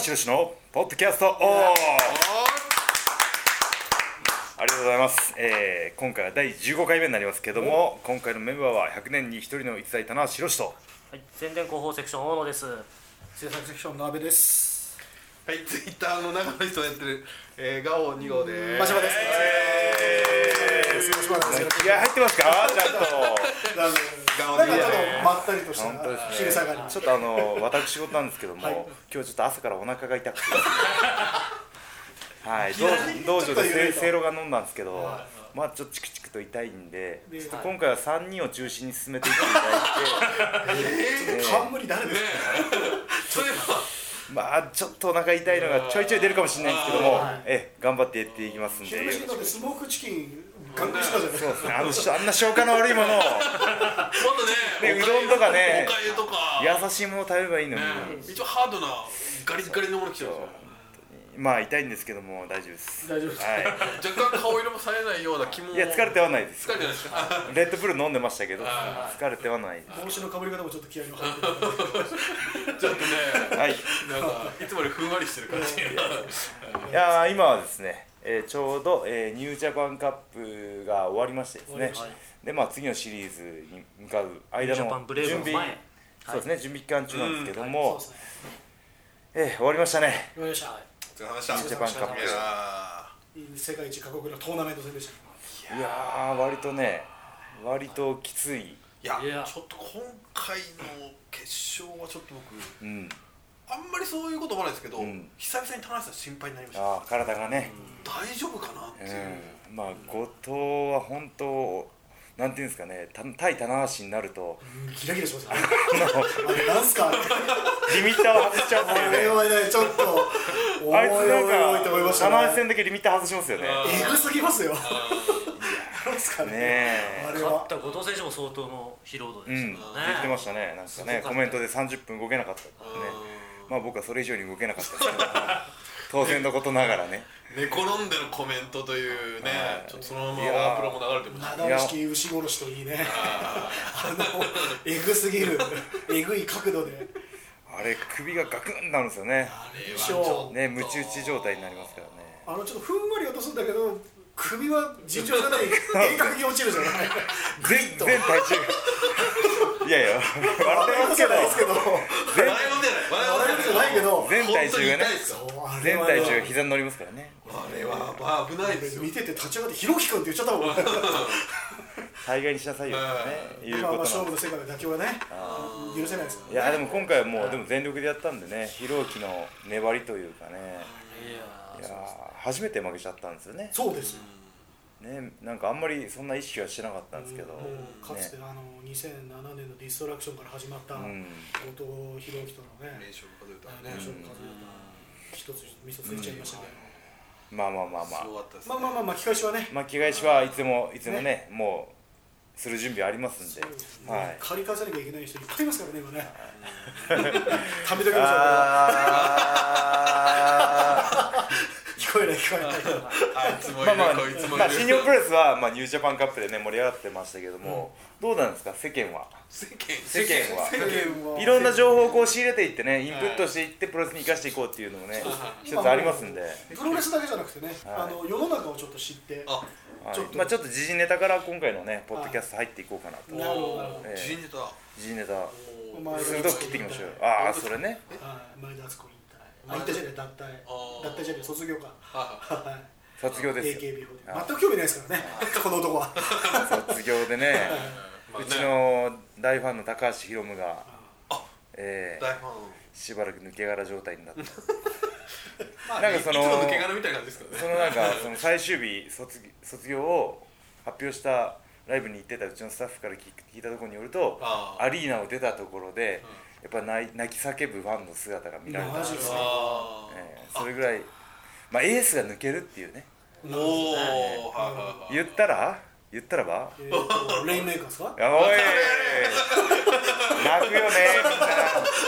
宏のポッドキャストオン。ありがとうございます。今回は第15回目になりますけども、今回のメンバーは100年に1人の逸材棚橋宏と、 はい、宣伝広報セクション大野です。 制作セクションの阿部です。 はい、ツイッターの中の人をやってる、ガオ2号です。 マシマです。 気合入ってますか？ちゃんと。 なんかちょっとまったりとした昼下がり。 ちょっと私事なんですけども、今日ちょっと朝からお腹が痛くて、はい、道場でせいろが飲んだんですけど、まあちょっとチクチクと痛いんで、ちょっと今回は3人を中心に進めていっていただいて、 冠誰ですか？ それはまあちょっとお腹痛いのがちょいちょい出るかもしれないんですけども、頑張ってやっていきますんで。 昼飯にとってスモークチキンガンガンしたじゃないですか。 そうですね、あんな消化の悪いものをもっとね、 うどんとかね、 おかゆとか優しいものを食べればいいのに、 一応ハードなガリガリのもの来ちゃうんですよ。 まあ痛いんですけども大丈夫です。 大丈夫です。 はい、 若干顔色も冴えないような気も。 いや疲れてはないです。 疲れてないですか？ レッドブル飲んでましたけど疲れてはないです。 帽子のかぶり方もちょっと気合いの入ってる。 ちょっとね、 はい、 なんかいつもよりふんわりしてる感じ。 いや今はですね、ちょうど、ニュージャパンカップが終わりましてですね、でまあ次のシリーズに向かう間の準備、そうですね、準備期間中なんですけども、終わりましたね。 終わりました。 お疲れ様でした。 ニュージャパンカップ。 世界一過酷なトーナメント戦でした。 いや割ときつい。 いやちょっと今回の決勝はちょっと僕、あんまりそういうこともないですけど、久々に田中さん心配になりました。 体がね、 大丈夫かなっていう。 まあ後藤は本当なんていうんですかね、対棚橋になるとキラキラしますね。なんすかリミッターを外しちゃうんですよね。 ちょっとあいつなんか棚橋戦だけリミッター外しますよね。 エグすぎますよ。なんすかね。 勝った後藤選手も相当の疲労度でしたね。 言ってましたね。なんかねコメントで30分動けなかったってね。まあ僕はそれ以上に動けなかったですけど、当然のことながらね。 寝転んでのコメントというね、ちょっとそのままワープロも流れてました。 なだ式牛殺しといいね。エグすぎる、エグい角度で。 あれ首がガクンなるんですよね。ね、ムチ打ち状態になりますからね。 ちょっとふんわり落とすんだけど、首は尋常じゃない鋭角に落ちるじゃない。 全体重。いやいや、笑ってますけど。 笑いじゃないけど。 全体重がね。全体重が膝に乗りますからね。 あれは危ないですよ。 見てて立ち上がってひろきくんって言っちゃったもん。 大概にしなさいよってね、いうことなんです。 勝負の世界の妥協はね、許せないですからね。 いやでも今回はもうでも全力でやったんでね、ひろきの粘りというかね、いや初めて負けちゃったんですよね。 そうですね、なんかあんまりそんな意識はしてなかったんですけど、 かつて2007年のディストラクションから始まった後藤弘樹とのね、 名勝負数えた一つミスついちゃいましたけど、 まあ巻き返しはね、 巻き返しはいつもね、もうする準備ありますんで、 借り返さなきゃいけない人いっぱいいますからね、今ね。ためときましょう。聞こえない。 まあ新日本プロレスはニュージャパンカップでね盛り上がってましたけども、どうなんですか世間は。世間はいろんな情報をこう仕入れていってね、インプットしていってプロレスに生かしていこうっていうのもね一つありますんで。 プロレスだけじゃなくてね、世の中をちょっと知って。 ちょっと時事ネタから今回のねポッドキャスト入っていこうかなと。 なるほど。時事ネタ。 鋭く切っていきましょう。それね。 前田敦子引退じゃねえ、脱退じゃねえ、卒業か。 卒業ですよ。 全く興味ないですからね、この男は。 卒業でね、うちの大ファンの高橋宏夢がしばらく抜け殻状態になった。なんかその最終日卒業を発表したライブに行ってたうちのスタッフから聞いたところによると、アリーナを出たところでやっぱ泣き叫ぶファンの姿が見られた。それぐらい、エースが抜けるっていうね。言ったらばレインメーカーですか。 おい泣くよねみんな。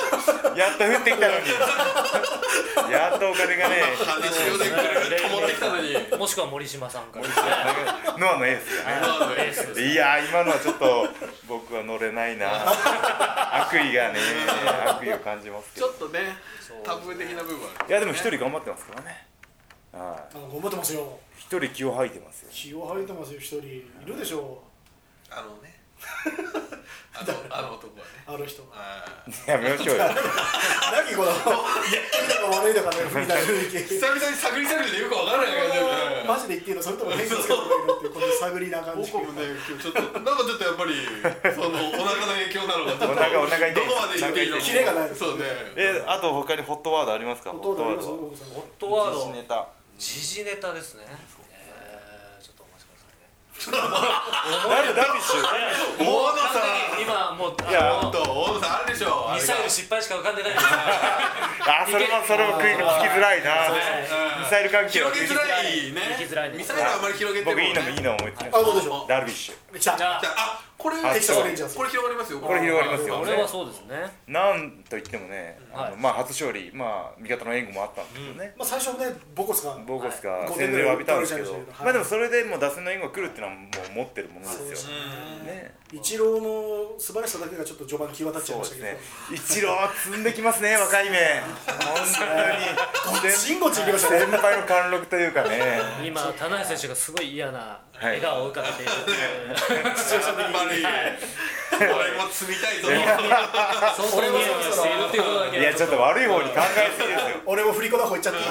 やっと降ってきたのにやっとお金がね話をね止まってきたのにもしくは森島さんからノアのエースがねいや今のはちょっと僕は乗れないな悪意がね悪意を感じますけどちょっとねタブー的な部分は、 いやでも一人頑張ってますからね頑張ってますよ。 一人気を吐いてますよ気を吐いてますよ。一人いるでしょあのねあの男はねあの人。 やめましょうよ何このいいのか悪いのかねみたいな雰囲気。 久々に探り探りでよくわからない感じでマジで言っていいのそれとも変化つけてくれるっていうこの探りな感じ。 僕もね今日ちょっとなんかちょっとやっぱりそのお腹の影響なのかお腹痛いどこまで言っていいのかキレがない。 そうねあと他にホットワードありますか？ ホットワードあります。 ホットワード時事ネタ時事ネタですね。ちょっとお待ちくださいね。 ダルビッシュ大野さん今もうや大野さんあるでしょミサイル失敗しか浮かんでないです。 それも食いつきづらいなミサイル関係は広げづらいね行きづらいねミサイルあんまり広げても僕いいの思いつきまあどうでしょしたダルビッシュう。じゃあじゃあこれテキサスレンジャーズこれ広がりますよこれ広がりますよこれはそうですね。 なんといってもねはいまあ初勝利まあ味方の援護もあったんですけどねまあ最初ねボコスがボーコスがはい洗礼を浴びたんですけどはいまあでもそれでもう打線の援護が来るっていうのはもう持ってるものですよねイチローの素晴らしさだけがちょっと序盤際立っちゃいそうましたけどですねイチローは積んできますね若い目本当にシンゴチ行きましたね。 先輩の貫禄というかね今田中選手がすごい嫌な笑顔を浮かべている。 やっぱり俺も積みたいぞ相当ニヤニヤしているっていうことだけ。 いやちょっと悪い方に考えすぎですよ俺も振り子の方行っちゃっていい。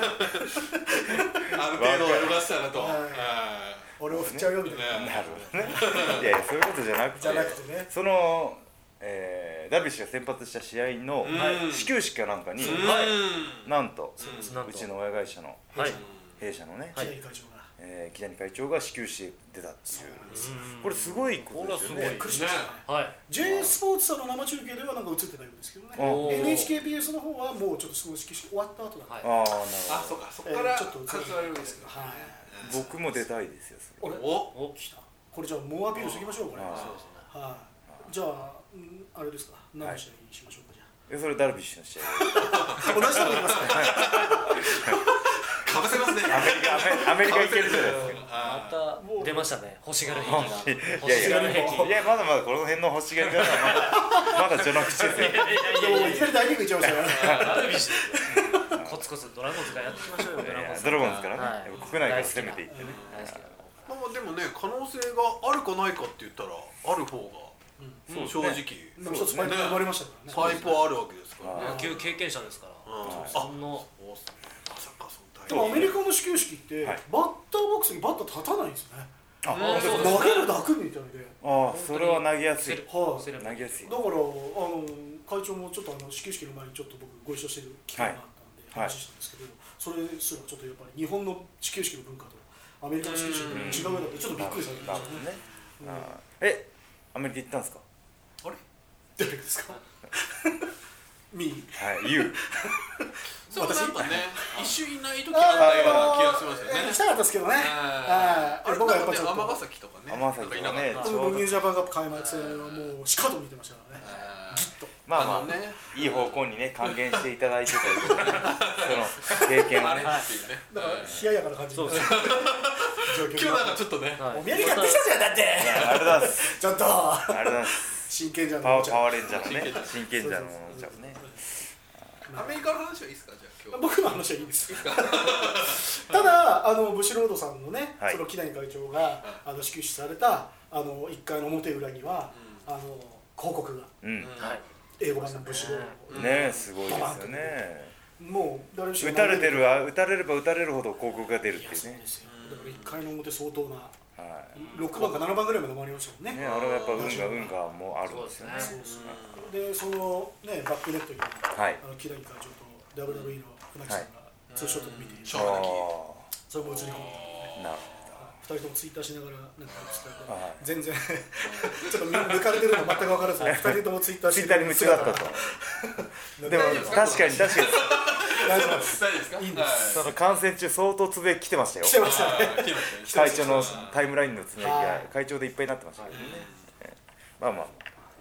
ある程度泳がしたらと俺も振っちゃうよみたいな。 なるほどねいやそういうことじゃなくてね。 そのダルビッシュが先発した試合の始球式かなんかになんとうちの親会社の弊社のね木谷会長が始球式で出たっていうこれすごいことですよね。 びっくりしましたね。 はい。 J スポーツさんの生中継ではなんか映ってないんですけどね。NHKBS の方はもうちょっとすごい式終わった後だから。 ああなるあそうかそこからちょっと映ってないんですけど。はい。 ほど僕も出たいですよそれお来た。これじゃあ猛アピールしていきましょうこれ。 そうですね。 はい。じゃああれですか。何の試合にしましょうかじゃあ。 それダルビッシュの試合同じとこ行きますね。 かぶせますねアメリカ行けるじゃないですかまた出ましたね。欲しがる癖が。 い欲しがる癖。 いやまだまだこの辺の欲しがり方はまだ序の口ですよでもいきなり大リーグ行っちゃいましたからね。 ダルビッシュコツコツドラゴンズがやっていきましょうよ。 ドラゴンズからはいね国内から攻めていってね大好きなまあでもね可能性があるかないかって言ったらある方が正直でも一つパイプが生まれましたからね。 パイプはあるわけですから野球経験者ですから。 あのまさかそのでもアメリカの始球式ってはいバッターボックスにバッター立たないんですよね。 あ投げるだけみたいで。 あそれは投げやすいはい。 セレブ投げやすいだから会長もちょっと始球式の前にちょっと僕ご一緒してる機会があったんで話したんですけど、それすらちょっとやっぱり日本の始球式の文化とアメリカの始球式の違うようだってちょっとびっくりされてましたね。 アメリカ行ったんですか？ 誰ですか？ミー。 はい言うそうなんかね一瞬いない時あったような気がしますよね行きたかったですけどね。僕はやっぱちょっと尼崎とかね尼崎はねちょうどニュージャパンカップ開幕戦はもうしかと見てましたからね。ずっと。 まあまあいい方向にね還元していただいてということでその経験をねだから冷ややかな感じで。 今日なんかちょっとねお土産買ってきたじゃんだって。 ありがとうございますちょっと。 ありがとうございます真剣じゃん。 パワーレンジャーのね真剣者のものちゃうねアメリカの話はいいですかじゃあ今日僕の話はいいですただブシュロードさんのね、 はいその木谷会長が始球式された1回の表裏には広告が英語版のブシュロードねすごいですよねもう誰しも打たれれば打たれるほど広告が出るっていうねだから1回の表相当なは 6番か7番ぐらいまで回りましたもんね。 ねあれはやっぱ運がもうあるんですよねでそのねバックネットにはい木谷会長と WWE の船木さんがツーショットで見ている、 ショーそれも映り込んでなる 2人ともツイッターしながらなんか伝えて、 はい全然ちょっと抜かれてるの全く分からず2人ともツイッターしてツイッターに夢中だったとでも確かに大丈夫です大丈夫ですかいいんですその観戦中相当つぶやき来てましたよ来てましたね会長のタイムラインのつぶやきが会長でいっぱいになってましたけどねまあまあ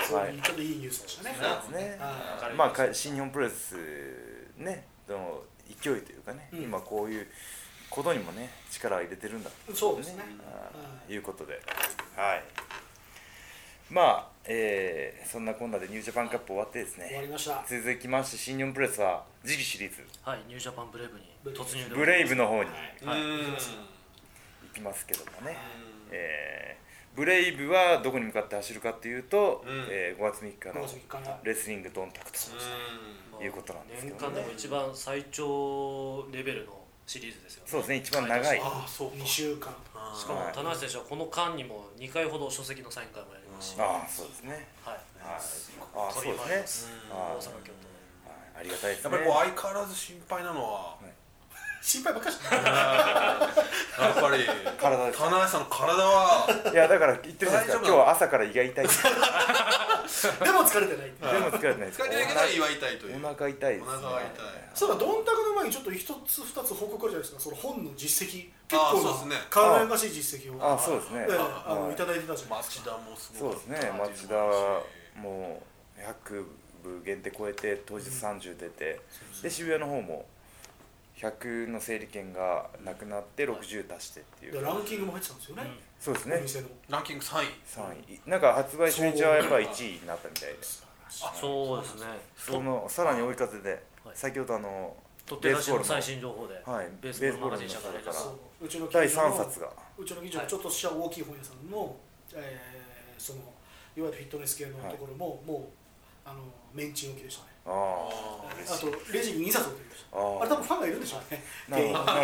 そういうちょっといいニュースでしたね。 そうですね。まあ新日本プロレスねの勢いというかね、今こういうことにもね力を入れてるんだと、 そうですね。 いうことで、はい。まあ、そんなこんなでニュージャパンカップ終わってですね、 終わりました。 続きまして新日本プロレスは次期シリーズ、 はい、ニュージャパンブレイブに突入でブレイブの方にはい行きますけどもね、ブレイブはどこに向かって走るかというと、5月3日のレスリングドンタクということなんですけどね。 年間でも一番最長レベルのシリーズですよね。 そうですね、一番長い。 2週間。 しかも棚橋選手はこの間にも2回ほど書籍のサイン会もやりますし、 そうですね。 はい。 そうですね。 大阪京ありがたいですね。 やっぱりこう相変わらず心配なのは、 心配ばっかりしてやっぱり体です。 棚橋さんの体は、 いやだから言ってるじゃないですか。今日は朝から胃が痛い。 でも疲れてない。 でも疲れてないです。 疲れてないけど胃は痛いという。 お腹痛いですね。 お腹が痛い。 そうだ、ドンタクの前にちょっと一つ二つ報告あるじゃないですか。その本の実績、結構な輝かしい実績をそうですね。 いただいてたじゃないですか。 町田もすごい。 そうですね。町田はもう100部限定超えて当日30出て、で渋谷の方も100の整理券がなくなって60足してっていう。 ランキングも入ってたんですよね。 そうですね。 お店のランキング3位。 なんか発売初日はやっぱり1位になったみたいで。 そうですね。 そのさらに追い風で先ほど取って出しの最新情報で、 ベースボールの中からうちの第3冊がうちの記事のちょっとした大きい本屋さんのそのいわゆるフィットネス系のところももうメンチ置きでしたね。あとレジに2冊置いてました。あれ多分ファンがいるんでしょうね。 なるほど。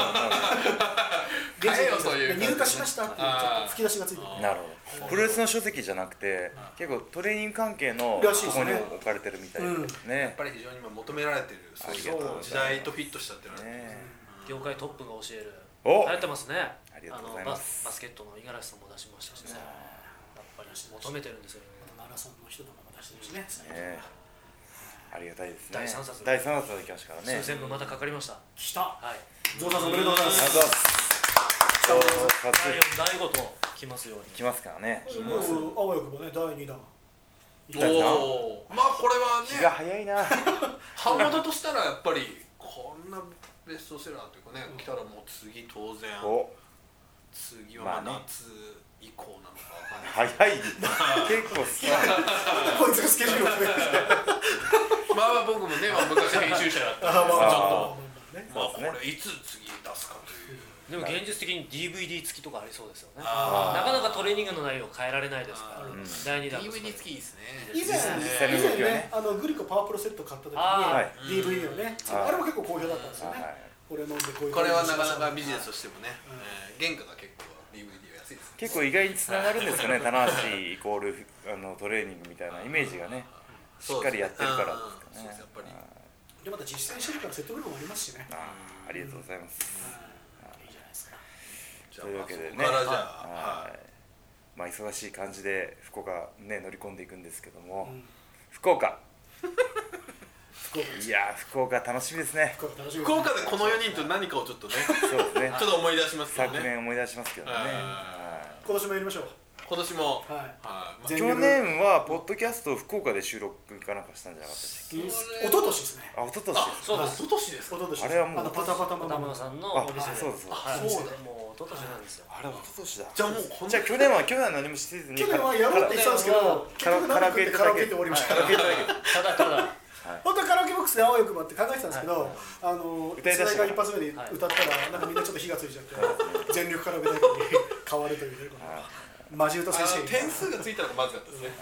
入荷しましたっていうちょっと吹き出しがついてる。 なるほど。プロレスの書籍じゃなくて結構トレーニング関係のここに置かれてるみたいですね。 やっぱり非常に今求められてるそういう時代とフィットしたっていうのは業界トップが教える流行ってますね。 ありがとうございます。 バスケットの五十嵐さんも出しましたしね。やっぱり求めてるんですよ。 マラソンの人とかも出してるしね。 ありがたいですね。 第3冊。 第3冊できましたからね。 数千部またかかりました。 来た。 はい。 ゾウさんおめでとうございます。 第5と来ますように。 来ますからね。 あわよくばね第2弾。 おお。まあこれはね。 気が早いな。 浜田としたらやっぱりこんなベストセラーというかね来たらもう次当然。次は夏以降なのか早い。結構好きな。 こいつがスケジュールを決めて。 まあ僕もね昔編集者だったんでちょっとまあこれいつ次出すかという。 でも現実的に DVD 付きとかありそうですよね。なかなかトレーニングの内容変えられないですから。第2弾 DVD 付きいいですね。 以前ねグリコパワープロセット買った時に DVD をねあれも結構好評だったんですよね。これ飲んでこういう。 これはなかなかビジネスとしてもね原価が結構 DVD は安いです。 結構意外につながるんですよね。棚橋イコールトレーニングみたいなイメージがねしっかりやってるからですかね。 やっぱり。 でまた実践してるから説得力もありますしね。 ありがとうございます。 いいじゃないですか。 というわけでね、まあ忙しい感じで福岡ね乗り込んでいくんですけども、福岡。いや福岡楽しみですね。 福岡でこの4人と何かをちょっとね、 そうですね。 ちょっと思い出しますよね。 昨年思い出しますけどね。 今年もやりましょう。 今年も。 去年はポッドキャストを福岡で収録かなんかしたんじゃなかったですか。一昨年ですね。 一昨年。 そうです。 一昨年です。 あれはもうパタパタママさんのお店で。 そうです。 そうだ。もう一昨年なんですよ。 あれは一昨年だ。 じゃあもうじゃあ去年は何もせずに。 去年はやろうって言ってたんですけど、 カラオケで終わりました。 ただ。 本当はカラオケボックスであわよくばって考えてたんですけど、世代が一発目で歌ったらなんかみんなちょっと火がついちゃって全力カラオケ大会に変わるというね。マジ歌先生。 点数がついたのがまずかったですね。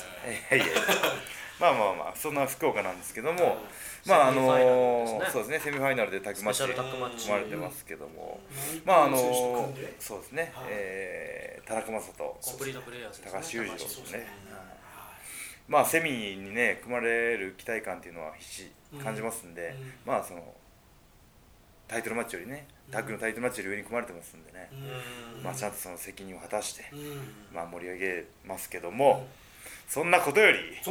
まあそんな福岡なんですけども、そうですねセミファイナルでタッグマッチ組まれてますけども、そうですね田中将人、高橋裕次郎ですね。まあセミにね組まれる期待感っていうのは必死感じますんで、まあそのタイトルマッチよりねタッグのタイトルマッチより上に組まれてますんでね、まあちゃんとその責任を果たしてまあ盛り上げますけども、 そんなことより福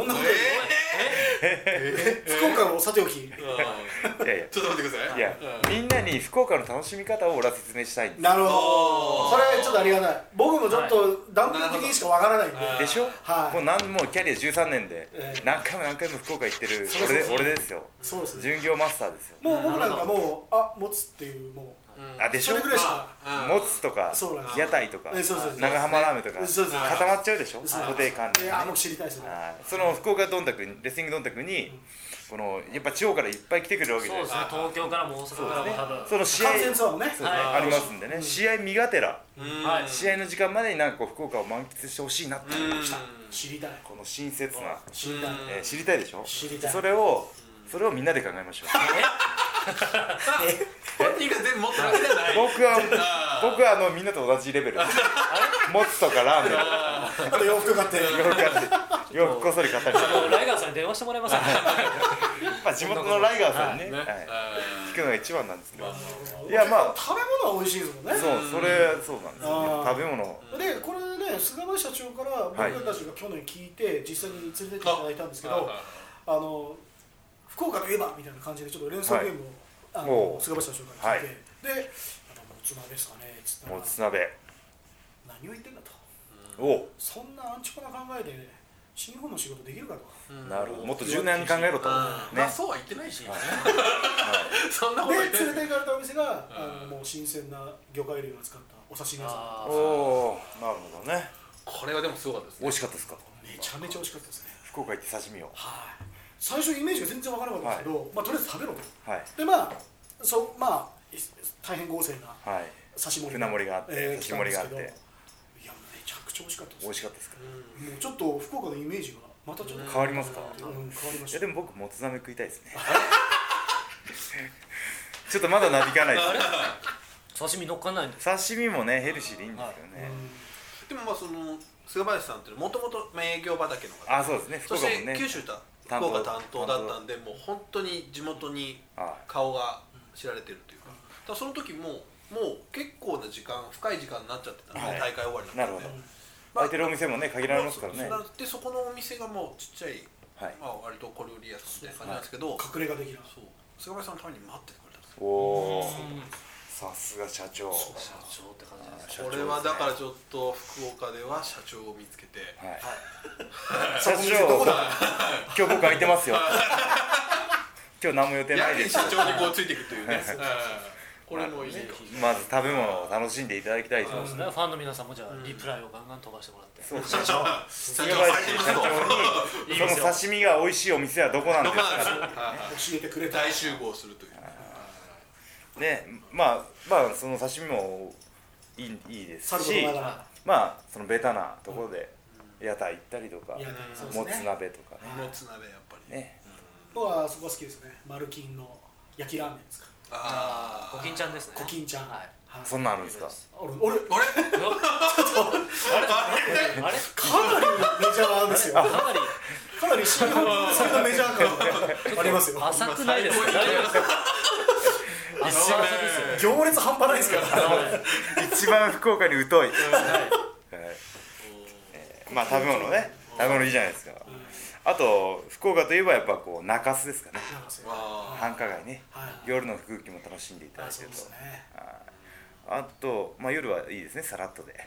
岡をさておきいやいやちょっと待ってください。 いや、みんなに福岡の楽しみ方を俺は説明したいんです。 なるほど。それちょっとありがたい。僕もちょっと断片的にしかわからないんで。 でしょ、 はい。 もうキャリア13年で何回も福岡行ってる俺ですよ。 そうですね。 巡業マスターですよ。 もう僕なんかもう持つっていうもうでしょ、 それぐらいしか持つとか屋台とか長浜ラーメンとか固まっちゃうでしょ、固定観念。 もう知りたいですね。 その福岡どんたくレスリングどんたくにこのやっぱ地方からいっぱい来てくるわけじゃないですか。 東京からも大阪からも多分その試合観戦ツアーもねありますんでね、試合身がてら試合の時間までになんかこう福岡を満喫してほしいなって知りたい。 この親切な知りたい。 知りたいでしょ。 知りたい。 それをみんなで考えましょう。 本人が全部持ってるわけじゃない。 僕はみんなと同じレベル。もつとかラーメン、 あと洋服買って洋服こっそり買ったり。 ライガーさんに電話してもらいます。 地元のライガーさんにね聞くのが一番なんですけど。いや食べ物は美味しいですもんね。 そうなんですよ。食べ物でこれね菅林社長から僕たちが去年聞いて実際に連れてっていただいたんですけど、福岡といえばみたいな感じでちょっと連想ゲームを菅林社長から聞いて、でもつ鍋ですかねっつったら、 もつ鍋何を言ってんだと、そんなアンチコな考えで新日本の仕事できるかと。 なるほど、もっと柔軟に考えろとね。そうは言ってないし、そんなこと言ってで連れて行かれたお店がもう新鮮な魚介類を使ったお刺身屋さん。 なるほどね。 これはでもすごかったですね。 美味しかったですか。 めちゃめちゃ美味しかったですね。 福岡行って刺身を。 最初イメージが全然わからなかったんですけど、とりあえず食べろと。で大変豪勢な刺し盛り、 船盛りがあって刺し盛りがあって、いやめちゃくちゃ美味しかったです。 美味しかったですか。 もうちょっと福岡のイメージがまたちょっと変わりますか。 変わりました。 でも僕もつ鍋食いたいですね。ちょっとまだなびかないです。 刺身乗っかんないんです。 刺身もねヘルシーでいいんですよね。 でもその菅林さんってもともと営業畑の方。 そうですね。 そして九州福岡担当だったんで、もう本当に地元に顔が知られてるというか。だその時もう結構な時間深い時間になっちゃってたので、大会終わりなので。なるほど。空いてるお店もね限られますからね。 でそこのお店がもうちっちゃい割と小料理屋さんみたいな感じなんですけど、 隠れ家的な。 菅林さんのために待っててくれたんですよ。 さすが社長。 社長って感じです。 これはだからちょっと福岡では社長を見つけて、 社長今日僕空いてますよ。今日何も予定ないです。 社長にこうついていくというね。これもいい。 まず食べ物を楽しんでいただきたいですね。 ファンの皆さんもじゃあリプライをガンガン飛ばしてもらって。 そう社長にその刺身が美味しいお店はどこなんですか。 教えてくれた。 大集合するという。 ね、その刺身もいいですし、そのベタなところで屋台行ったりとか、もつ鍋とかね。 もつ鍋やっぱりね。 僕はそこ好きですね。マルキンの焼きラーメンですか。 コキンちゃんですね。 コキンちゃん。 そんなあるんですか。 俺あれかなりメジャーなんですよ。かなり新日本のメジャー感ありますよ。 浅くないですか。 行列半端ないですから。 一番福岡に疎い。食べ物ね、食べ物いいじゃないですか。あと福岡といえばやっぱこう中洲ですかね。繁華街ね。夜の空気も楽しんでいただけると。あと夜はいいですね、さらっとで。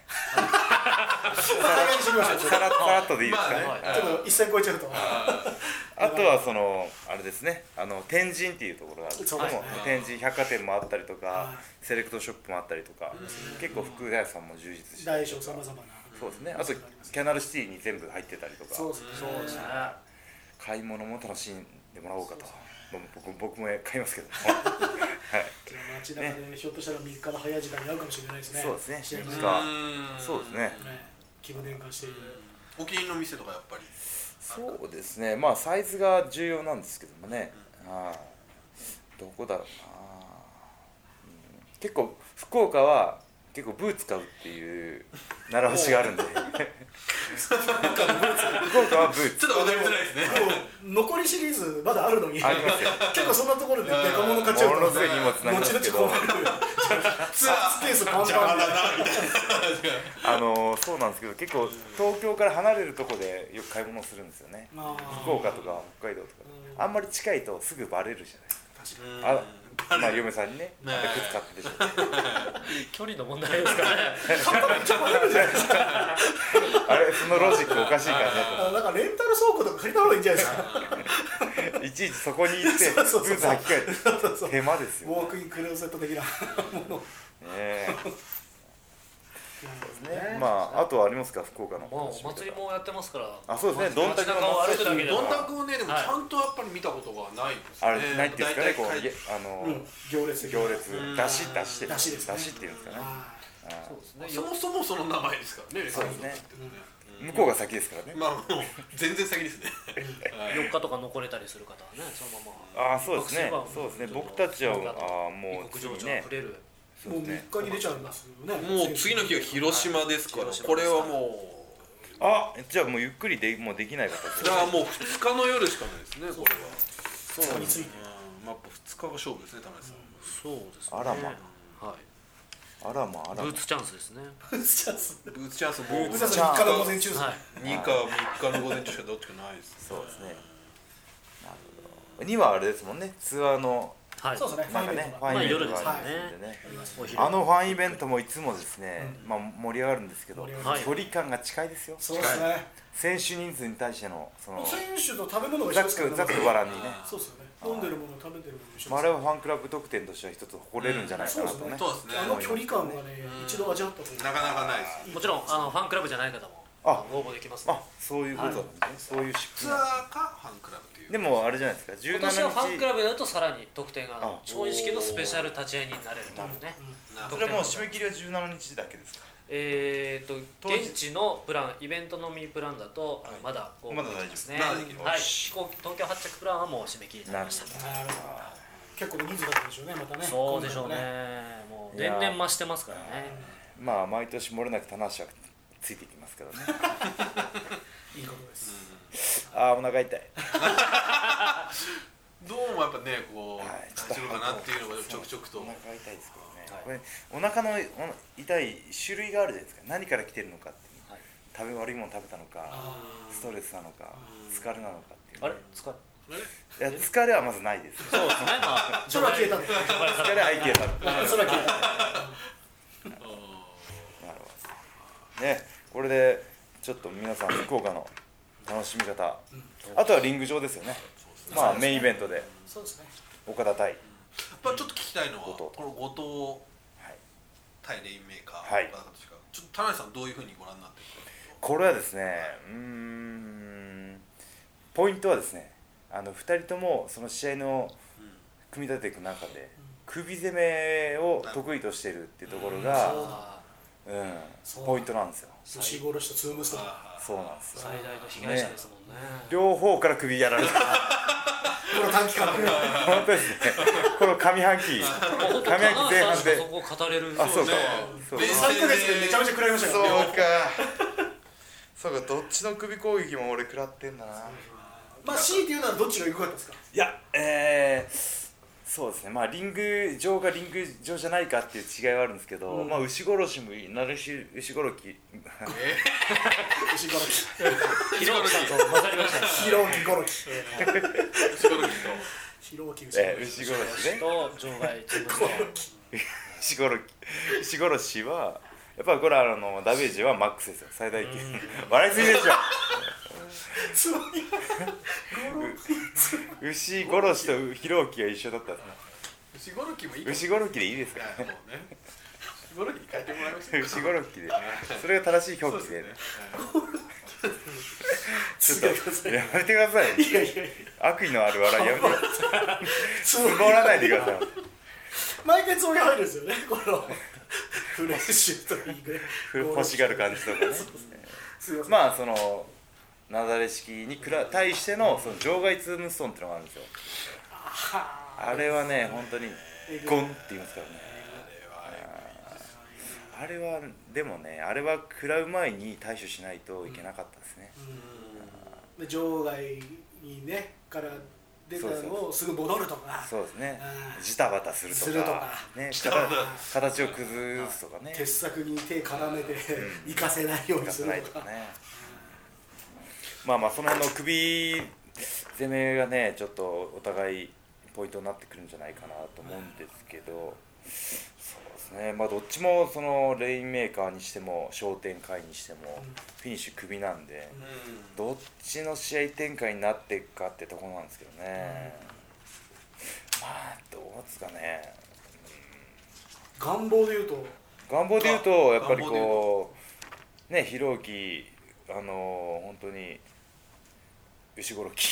さらっとでいいですかね。 ちょっと一線超えちゃうと。 あとはあれですね、天神っていうところがあるんですけども、天神百貨店もあったりとか、セレクトショップもあったりとか、結構服屋さんも充実して、 大小さまざまな。 そうですね。あとキャナルシティに全部入ってたりとか、 そうですね。 買い物も楽しんでもらおうかと。僕も買いますけど。 街中でひょっとしたら3日の早い時間に会うかもしれないですね。 そうですね。そうですね。 気分転換している。 お気に入りの店とかやっぱり。 そうですね。サイズが重要なんですけどもね。どこだろうな。結構福岡は結構ブーツ買うっていう習わしがあるんで。福岡はブーツ。 ちょっとわかりづらいですね。 残りシリーズまだあるのに。 ありますよ。 結構そんなところでデカ物買っちゃうと。 ものすごい荷物なんですけど。 ツアースペースパンパン邪魔だなみたいなそうなんですけど、結構東京から離れるとこでよく買い物をするんですよね。福岡とか北海道とか、あんまり近いとすぐバレるじゃないですか。確かに。まあ嫁さんにね、靴買ってでしょ。 距離の問題ですかね。 あれ、そのロジックおかしいからね。 なんかレンタル倉庫とか借りた方がいいんじゃないですか。 いちいちそこに行ってブーツ履き替えて手間ですよ。 ウォークインクローゼット的なもの。 そうですね。まああとはありますか、福岡の。 お祭りもやってますから。 あ、そうですね。どんたくを歩くだけで。 どんたくをね、でもちゃんとやっぱり見たことがないですね。 あれないっていうんですかね、こう行列出しっていうんですかね。 そうですね。 そもそもその名前ですからね。 そうですね。向こうが先ですからね。 まあもう全然先ですね。 4日とか残れたりする方はね、そのまま。あ、そうですね。そうですね。僕たちはもう次ね。 もう3日に出ちゃいますよね。 もう次の日は広島ですから、これはもうじゃあもうゆっくりでもうできない形で。 だからもう2日の夜しかないですね、これは。 そうについて。 まあ2日が勝負ですね、田中さん。 そうですね。 あらま。 はい。 あらまあらま。 ブーツチャンスですね。 ブーツチャンス。 ブーツチャンスもう 3日の午前中です。 2か3日の午前中しかどっちかないです。 そうですね。なるほど。にはあれですもんね、ツアーの。 そうですね。 なんかね、ファンイベントがあるんでね。あのファンイベントもいつもですね、まあ盛り上がるんですけど、距離感が近いですよ。 そうですね。 選手人数に対してのその選手と食べ物がざっくばらんにね。 そうですよね。飲んでるもの食べてるもの一緒。 あれはファンクラブ特典としては一つ誇れるんじゃないかなとね。 そうですね。 あの距離感がね、一度味わったとなかなかないです。 もちろんファンクラブじゃない方も応募できます。 そういうことなんですね。そういうツアーかファンクラブっていう。 でもあれじゃないですか。 今年はファンクラブだとさらに特典が調印式のスペシャル立ち会いになれるというね。 それはもう締め切りは17日だけですか。 現地のプラン、イベントのみプランだとまだ大丈夫ですね。はい。東京発着プランはもう締め切りになりました。 なるほど。結構人数だったでしょうね、またね。 そうでしょうね。もう年々増してますからね。 まあ毎年漏れなく棚橋はついてきますけどね。 いいことです。 お腹痛い。 どうもやっぱね、こう大丈夫かなっていうのがちょくちょくと。 お腹痛いですけどね。これお腹の痛い種類があるじゃないですか。何から来てるのかっていう。悪いもの食べたのか、ストレスなのか、疲れなのかっていう。 あれ疲れ？ いや疲れはまずないです。 そうですね。 それは消えたんです。 疲れは消えた。 それは消えた。 なるほど。ね、これでちょっと皆さん福岡の楽しみ方。あとはリング上ですよね。まあメインイベントで。 そうですね。 岡田対。 やっぱちょっと聞きたいのはこの後藤対レインメーカー。はい。ちょっと田中さんどういうふうにご覧になってるか。 これはですね、ポイントはですね、2人ともその試合の組み立てていく中で首攻めを得意としているっていうところがポイントなんですよ。 牛殺しとツームストそうなんですよ。 最大の被害者ですもんね。 両方から首やられた。 この短期間で本当ですね。この上半期前半でそこ語れる。 あ、そうか。 3ヶ月でめちゃめちゃ食らいましたからね。 そうか、どっちの首攻撃も俺食らってんだな。 まあ強いて言うならどっちが良かったですか。 いや、そうですね。まあリング上がリング上じゃないかっていう違いはあるんですけど、まあ牛殺しもいい、牛殺し。 牛殺し。 ひろきさんと混ざりました。 ひろき殺し。ひろき牛殺しね。 と場外つぶす。 牛殺しはやっぱりこれダメージはマックスですよ。最大級。笑いすぎでしょ。牛殺しとひろきが一緒だったんですか。 牛殺しもいい。 牛殺しでいいですか。 牛殺しに変えてもらいました。 牛殺しで。それが正しい表記でね。ちょっとやめてください。悪意のある笑いやめて。つぼらないでください。 毎回つもり入るんですよね。このフレッシュといいね。 欲しがる感じとかね。まあそのなだれ式に対してのその場外ツームストーンっていうのがあるんですよ。あれはね本当にゴンって言いますからね。あれはでもね、あれは食らう前に対処しないといけなかったですね。 場外にねから出たのをすぐ戻るとか、 そうですね、ジタバタするとかね、形を崩すとかね、 鉄柵に手絡めて行かせないようにするとかね。 まあその辺の首攻めがねちょっとお互いポイントになってくるんじゃないかなと思うんですけど、そうですね、どっちもそのレインメーカーにしても商店会にしてもフィニッシュ首なんで、どっちの試合展開になっていくかってところなんですけどね。どうですかね。 願望で言うとやっぱりこうね、ひろゆき本当に牛ごろき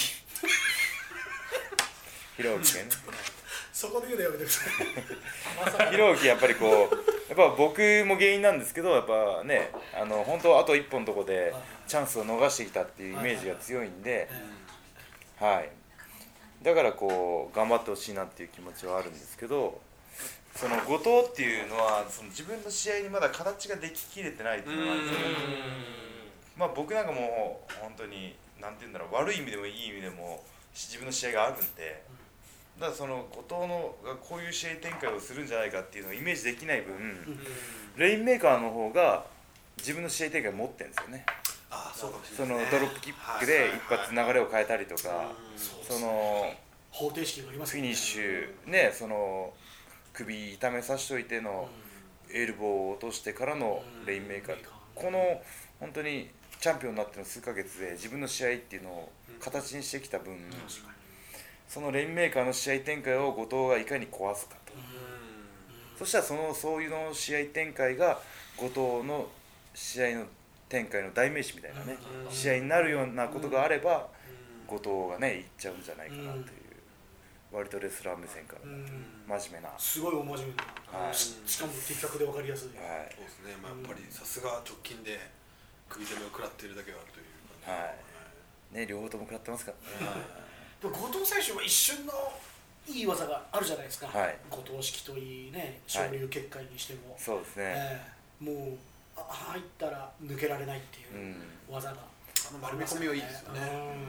ひろゆきね。 そこで言うのやめてください。 ひろゆきやっぱりこう、やっぱ僕も原因なんですけど、やっぱね、本当あと一本のとこでチャンスを逃してきたっていうイメージが強いんで、はい。だからこう頑張ってほしいなっていう気持ちはあるんですけど、その後藤っていうのはその自分の試合にまだ形ができきれてないっていうのがあるんですよね。僕なんかもう本当になんて言うんだろう、悪い意味でもいい意味でも自分の試合があるんで。だからその後藤のがこういう試合展開をするんじゃないかっていうのをイメージできない分、レインメーカーの方が自分の試合展開を持ってるんですよね。そのドロップキックで一発流れを変えたりとか、その方程式がありますフィニッシュね、その首痛めさせといてのエルボーを落としてからのレインメーカー、この本当にチャンピオンになっての数ヶ月で自分の試合っていうのを形にしてきた分、そのレインメーカーの試合展開を後藤がいかに壊すかと、そしたらそういうの試合展開が後藤の試合の展開の代名詞みたいなね、試合になるようなことがあれば、後藤がねいっちゃうんじゃないかなという、割とレスラー目線から真面目な、 すごい大真面目な、しかも的確で分かりやすい。 そうですね、やっぱりさすが直近で首攻めを食らっているだけはという感じ、ね、両方とも食らってますからね。 後藤選手は一瞬のいい技があるじゃないですか、後藤式といいね、昇竜結界にしても、 そうですね、 もう入ったら抜けられないっていう技が、 丸め込みはいいですよね。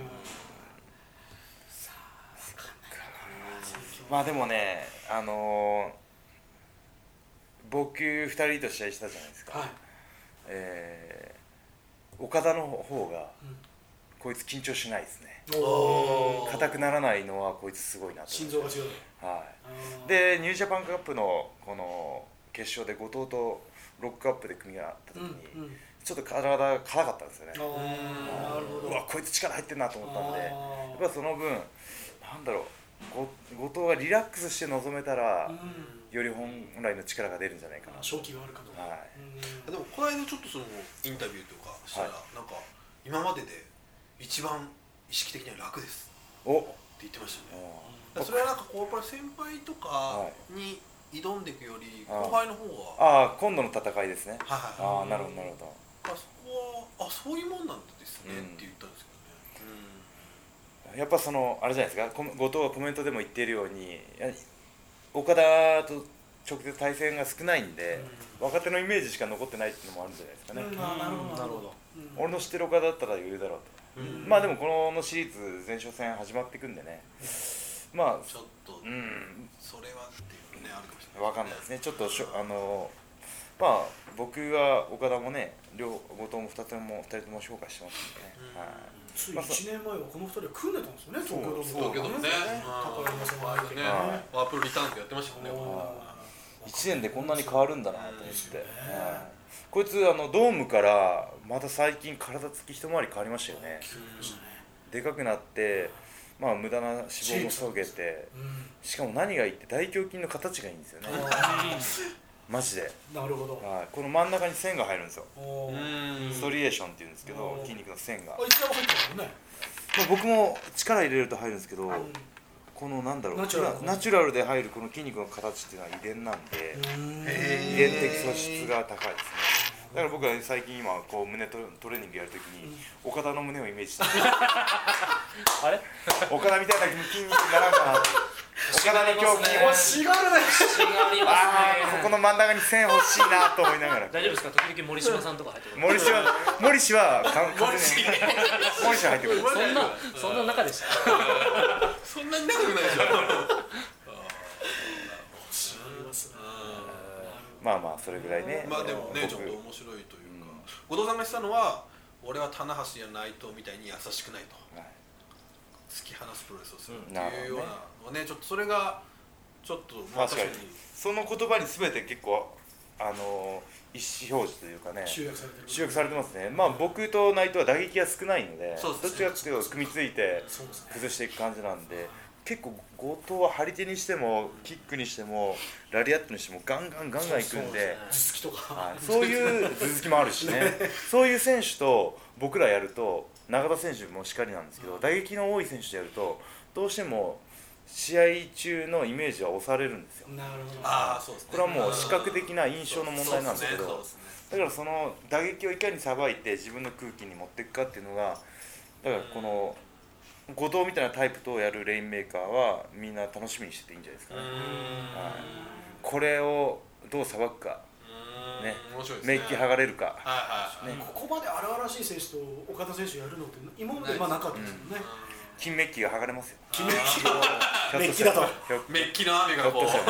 さあ、 でもね、僕2人と試合したじゃないですか、岡田の方がこいつ緊張しないですね。硬くならないのはこいつすごいなと。 心臓が強い。 でニュージャパンカップのこの決勝で後藤とロックアップで組みがあった時に、ちょっと体が辛かったんですよね。うわこいつ力入ってるなと思ったんで、やっぱその分なんだろう、後藤がリラックスして臨めたら、より本来の力が出るんじゃないかな。 勝機があるかと。 でもこの間ちょっとそのインタビューとかしたら、なんか今までで一番意識的には楽ですって言ってましたね。それはなんかこうやっぱり先輩とかに挑んでいくより後輩の方が、 今度の戦いですね。なるほどなるほど。 そこはそういうもんなんですねって言ったんですけどね。 やっぱそのあれじゃないですか、後藤はコメントでも言っているように、岡田と直接対戦が少ないんで、若手のイメージしか残ってないっていうのもあるんじゃないですかね。 なるほど。 俺の知ってる岡田だったら余裕だろうと。でもこのシリーズ前哨戦始まっていくんでね、 ちょっとそれはっていうねあるかもしれない。 分かんないですね。ちょっと僕は岡田もね、後藤も2人とも評価してますんでね。 つい1年前はこの2人は組んでたんですよね、 東京ドームね。高山さんも相手にワープロリターンズやってましたもんね。 1年でこんなに変わるんだなと思って、こいつドームからまた最近体つき一回り変わりましたよね。でかくなって、無駄な脂肪もそげて、しかも何がいいって大胸筋の形がいいんですよね。マジで。 なるほど。 この真ん中に線が入るんですよ。ストリエーションっていうんですけど、筋肉の線が。 いつでも入ってますよね。 僕も力入れると入るんですけど、このなんだろう、ナチュラルで入るこの筋肉の形っていうのは遺伝なんで、遺伝的素質が高いですね。だから僕は最近今こう胸トレーニングやるときに岡田の胸をイメージしてあれ岡田みたいな筋肉にならんかな。岡田の胸筋しがるね。 こここの真ん中に線欲しいなと思いながら。 大丈夫ですか？時々森島さんとか入ってくる。 森島は森島入ってくる。 そんな中でした。 そんなに仲良くないでしょ。 まあまあそれぐらいね。 まあでもねちょっと面白いというか、後藤さんが言ってたのは俺は棚橋や内藤みたいに優しくないと、突き放すプロレスをするっていうようなのね、ちょっとそれがちょっとまあ確かにその言葉に全て結構意思表示というかね集約されてますね。まあ僕と内藤は打撃が少ないので、どっちかっていうと組みついて崩していく感じなんで、結構後藤は張り手にしてもキックにしてもラリアットにしてもガンガンいくんで、 頭突きとかそういう頭突きもあるしねそういう選手と僕らやると、永田選手もしかりなんですけど、打撃の多い選手とやるとどうしても試合中のイメージは押されるんですよ。 なるほど。 そうですね。 これはもう視覚的な印象の問題なんですけど、だからその打撃をいかにさばいて自分の空気に持っていくかっていうのが、だからこの後藤みたいなタイプとやるレインメーカーはみんな楽しみにしてていいんじゃないですかね。これをどうさばくかね、メッキ剥がれるか、 ここまで荒々しい選手と岡田選手やるのって今までなかったですもんね。 金メッキが剥がれますよ。 金メッキだと。 メッキの雨がこう。 メ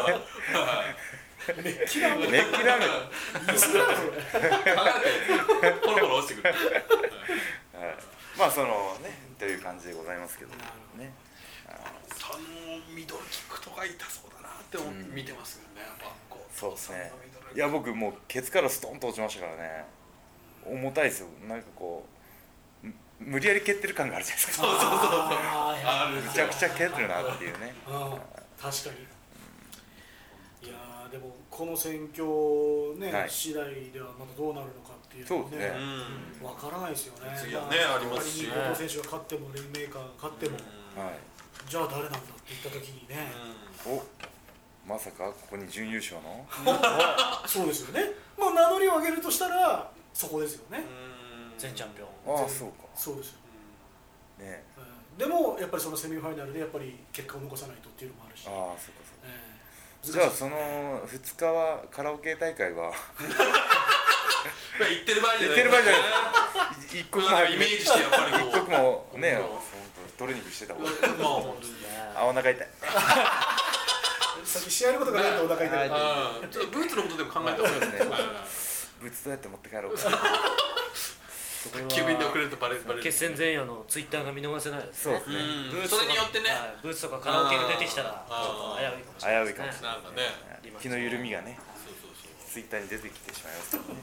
ッキの雨。 メッキの雨。 いつぐらいそれ。 剥がれてポロポロ落ちてくる。 まあそのねという感じでございますけどね。 そのミドルキックとか痛そうだなって見てますよね。 そうですね。いや僕もうケツからストンと落ちましたからね。重たいですよ。なんかこう無理やり蹴ってる感があるじゃないですか。むちゃくちゃ蹴ってるなっていうね。 確かに。いやでもこの戦況ね、次第ではまたどうなるのかっていうのはね、わからないですよね。 次はねありますし、 後藤選手が勝ってもレインメーカーが勝っても、じゃあ誰なんだって言った時にね。 まさかここに準優勝の？ そうですよね。まあ名乗りを上げるとしたらそこですよね。 全チャンピオン。 そうか。 そうですよ。 ね。 でもやっぱりそのセミファイナルでやっぱり結果を残さないとっていうのもあるし。 そうかそうか。じゃあその2日はカラオケ大会は言ってる場合じゃない。 一刻もイメージしてやっぱり一刻もねトレーニングしてた方がいい。お腹痛い。 さっき試合のことがないとお腹痛い。 ちょっとブーツのことでも考えた方がいいですね。 ブーツどうやって持って帰ろうか。 急便で送れるとバレる。 決戦前夜のツイッターが見逃せないですね。 それによってね、 ブーツとかカラオケが出てきたらちょっと危ういかもしれない。 なんかね、 気の緩みがね、ツイッターに出てきてしまいますからね。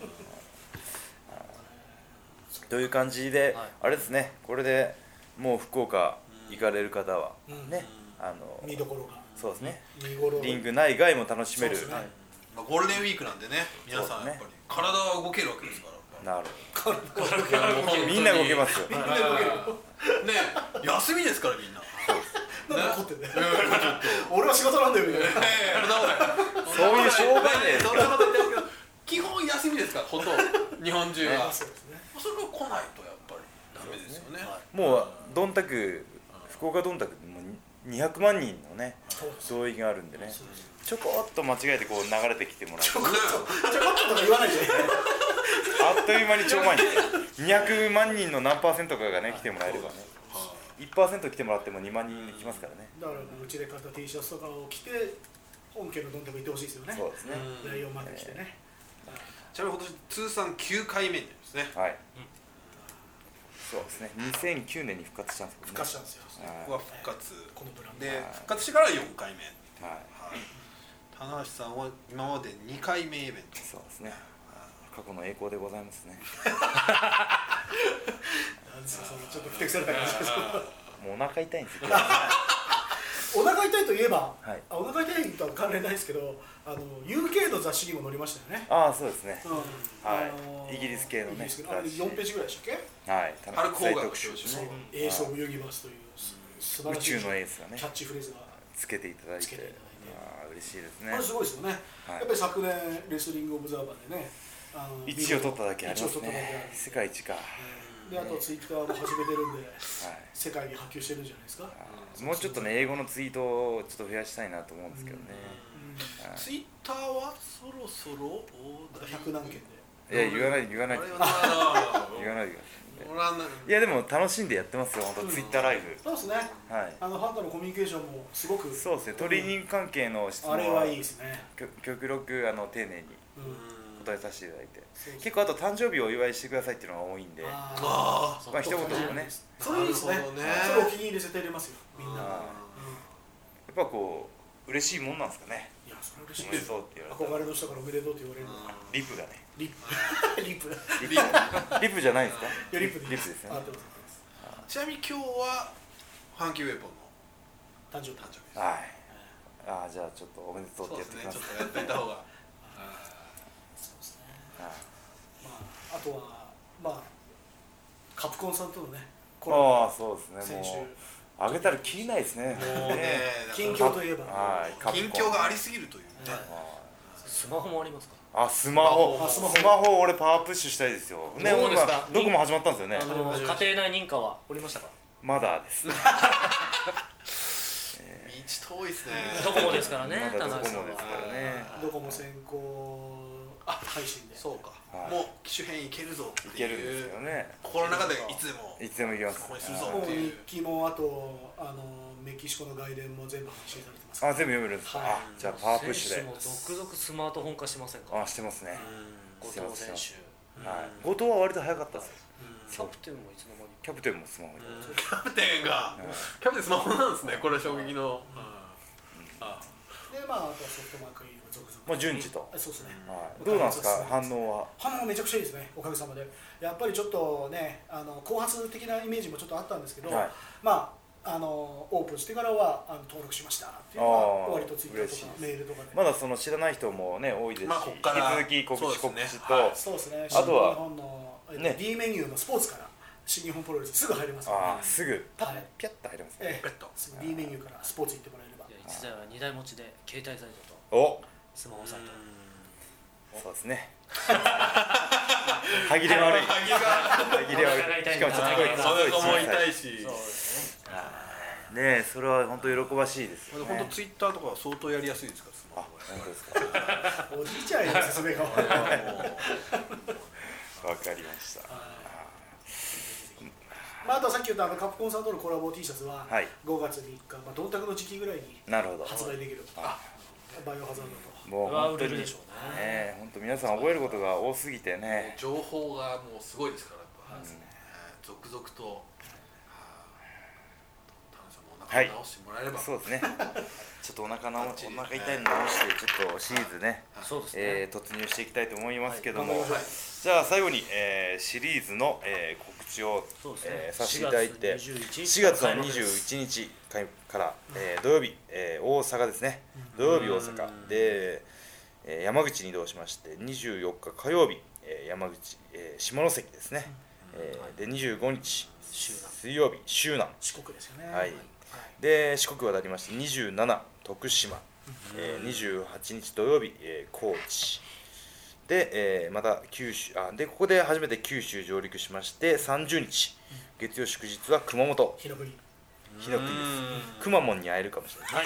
という感じで、あれですね、これでもう福岡行かれる方はね、 見どころがそうですね、リング内外も楽しめる。 ゴールデンウィークなんでね、皆さんやっぱり体は動けるわけですから。 なるほど。みんな動けますよ。 ね、休みですからみんな。 なんで怒ってんだよ。俺は仕事なんだよみたいな。 そういう商売で。 基本休みですから、ほとんど日本中は。それが来ないとやっぱりダメですよね。 もうどんたく福岡どんたくも200万人のね動員があるんでね。ちょこっと間違えてこう流れてきてもらって。 ちょこっととか言わないで。 あっという間に超満員。200万人の何%かがね来てもらえればね。1% 来てもらっても2万人来ますからね。 だからうちで買った T シャツとかを着て本家のどんたく行ってほしいですよね。 そうですね。 ライオンまで来てね。 ちなみに今年通算9回目ですね。 はい。そうですね。2009年に復活したんですけどね。 復活したんですよ。 ここは復活。 このブランドで復活してから4回目。 はい。 棚橋さんは今まで2回目イベント。 そうですね。過去の栄光でございますね。 ちょっとふてくされた感じです。 もうお腹痛いんですよ。 お腹痛いといえば、お腹痛いとは関連ないですけど、UK の雑誌にも載りましたよね。 そうですね。はい。イギリス系のね。 4ページぐらいでしたっけ？はい。 ハルク・ホーガンエース・オブ・ユニバースという素晴らしい宇宙のエースがねキャッチフレーズがつけていただいて、嬉しいですね。 これすごいですよね。やっぱり昨年レスリングオブザーバーでね、 1位を取っただけありますね。世界一か。 であとツイッターも始めてるんで、世界に波及してるんじゃないですか。 もうちょっとね英語のツイートをちょっと増やしたいなと思うんですけどね。 ツイッターはそろそろ 100何件で。 いや言わない言わないいやでも楽しんでやってますよ本当ツイッターライブ。 そうですね。はい。ファンとのコミュニケーションもすごく。 そうですね。トレーニング関係の質問はあれはいいですね。 極力丁寧に答えさせていただいて、結構あと誕生日をお祝いしてくださいっていうのが多いんで、まあ一言もね。 それいいですね。それお気に入り絶対入れますよみんな。やっぱこう嬉しいもんなんですかね。 いやそれ嬉しいです。 おめでとうって言われ憧れの人からおめでとうって言われるの。 リプがね。 リプじゃないですか。 いやリプですね。 ちなみに今日はファンキーウェポンの誕生日。 はい。あじゃあちょっとおめでとうってやってきます。 ちょっとやっていた方が。 そうですね。あとはカプコンさんとのね。 ああそうですね。もうあげたら切りないですね。もうね。 近況といえば。 近況がありすぎるというね。 スマホもありますか。 スマホ俺パワープッシュしたいですよ。ね、どこも始まったんですよね。 家庭内認可はおりましたか。 まだです。 道遠いですね。 ドコモですからね。 ドコモですからね。 ドコモ先行配信で。 そうか。もう機種変いけるぞっていう。 いけるんですよね。 心の中でいつでもいけます。 ここにするぞっていう。 日記もあとメキシコの外伝も全部配信されてます。 全部読めるんですか。じゃあパワープッシュで。 選手も続々スマートフォン化してませんか。 してますね。 後藤選手。 後藤は割と早かったです。 キャプテンもいつの間に。 キャプテンもスマホ。 キャプテンスマホなんですね。これ衝撃の。 であとはソフトバンクが続々。 順次と。 そうですね。 どうなんですか反応は。 反応めちゃくちゃいいですねおかげさまで。やっぱりちょっとね後発的なイメージもちょっとあったんですけど、オープンしてからは登録しましたっていうのは割とツイッターとかメールとかで。 まだその知らない人もね多いですし、引き続き告知と、 そうですね。 あとは日本のD メニューのスポーツから新日本プロレスすぐ入れますからね。 すぐピャッと入れますね。 すぐ D メニューからスポーツ行ってもらえれば。 いつじゃ2台持ちで携帯サイトとスマホサイト。 そうですね。歯切れ悪い。しかもちょっと声痛いし。 ねそれは本当喜ばしいですよね。 本当ツイッターとかは相当やりやすいですから。 本当ですか。 おじいちゃんや説明が。 わかりました。 あとはさっき言ったカプコンさんとのコラボ T シャツは5月3日、どんたくの時期ぐらいに発売できる。バイオハザードと。 もう本当に本当皆さん覚えることが多すぎてね。 情報がもうすごいですから。続々と。直してもらえれば。 そうですね。ちょっとお腹痛いの直してちょっとシリーズね突入していきたいと思いますけども、じゃあ最後にシリーズの告知をさせていただいて、4月の21日から土曜日大阪ですね。土曜日大阪で山口に移動しまして24日火曜日山口下関ですね。で25日水曜日周南。 四国ですよね。 はい。で四国渡りまして27徳島、28日土曜日、高知で、また九州でここで初めて九州上陸しまして30日月曜祝日は熊本日の国です。 くまモンに会えるかもしれない。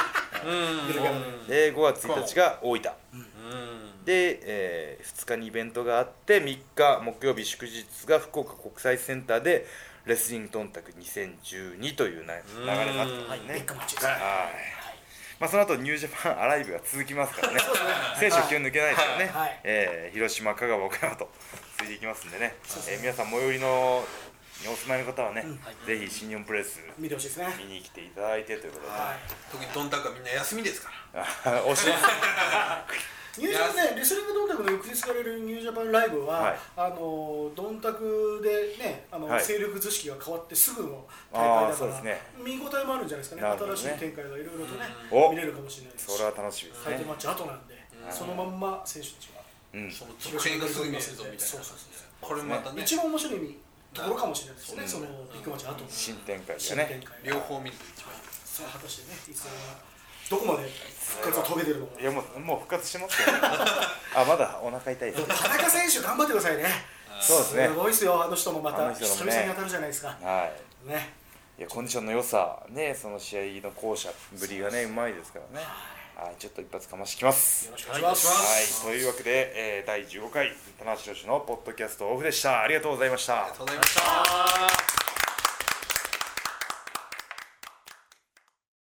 で5月1日が大分で、2日にイベントがあって3日木曜日祝日が福岡国際センターでレスリングトンタク2012という流れになってますね。 ビッグマッチです。 その後ニュージャパンアライブが続きますからね。選手は気を抜けないですよね。広島、香川、岡山と続いていきますんでね。皆さん最寄りのお住まいの方はね、ぜひ新日本プロレス見てほしいですね。 見に来ていただいてということで。 特にトンタクはみんな休みですから。 おします。 ニュージャパンね、レスリングドンタクの翌日からやるニュージャパンライブは、ドンタクでね、勢力図式が変わってすぐの大会だから、見応えもあるんじゃないですかね。新しい展開がいろいろとね、見れるかもしれないですし。 それは楽しみですね。 タイトルマッチ後なんで、そのまんま選手たちが。 その続編がすぐ見えるぞみたいな。これまたね。 一番面白いところかもしれないですね。そのビッグマッチ後の新展開ですね。 両方見ると一番いい。 さあ果たしてね、いつどこまで復活を遂げてるのか。 いやもう復活してますよ。まだお腹痛いです。 田中選手頑張ってくださいね。 そうですね。 すごいですよ、あの人もまた久々に当たるじゃないですか。 ね。いやコンディションの良さね、その試合の巧者ぶりがねうまいですからね。 ちょっと一発かましてきます。 よろしくお願いします。 はい、というわけで、第15回棚橋宏のポッドキャストオフでした。ありがとうございました。 ありがとうございました。